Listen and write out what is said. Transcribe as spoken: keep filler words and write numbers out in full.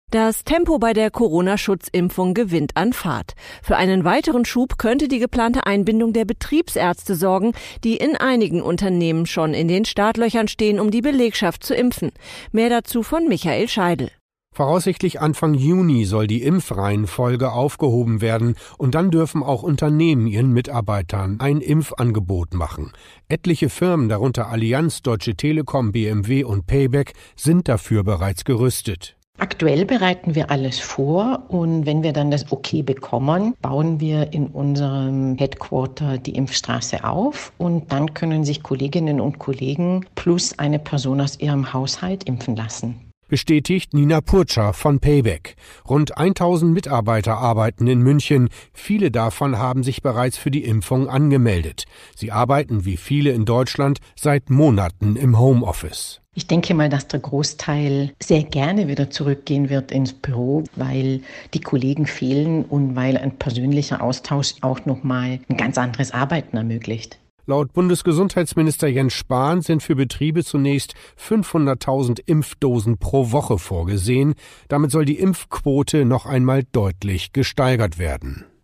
Das Tempo bei der Corona-Schutzimpfung gewinnt an Fahrt. Für einen weiteren Schub könnte die geplante Einbindung der Betriebsärzte sorgen, die in einigen Unternehmen schon in den Startlöchern stehen, um die Belegschaft zu impfen. Mehr dazu von Michael Scheidel. Voraussichtlich Anfang Juni soll die Impfreihenfolge aufgehoben werden und dann dürfen auch Unternehmen ihren Mitarbeitern ein Impfangebot machen. Etliche Firmen, darunter Allianz, Deutsche Telekom, B M W und Payback, sind dafür bereits gerüstet. Aktuell bereiten wir alles vor und wenn wir dann das Okay bekommen, bauen wir in unserem Headquarter die Impfstraße auf und dann können sich Kolleginnen und Kollegen plus eine Person aus ihrem Haushalt impfen lassen. Bestätigt Nina Purcher von Payback. Rund tausend Mitarbeiter arbeiten in München. Viele davon haben sich bereits für die Impfung angemeldet. Sie arbeiten, wie viele in Deutschland, seit Monaten im Homeoffice. Ich denke mal, dass der Großteil sehr gerne wieder zurückgehen wird ins Büro, weil die Kollegen fehlen und weil ein persönlicher Austausch auch nochmal ein ganz anderes Arbeiten ermöglicht. Laut Bundesgesundheitsminister Jens Spahn sind für Betriebe zunächst fünfhunderttausend Impfdosen pro Woche vorgesehen. Damit soll die Impfquote noch einmal deutlich gesteigert werden.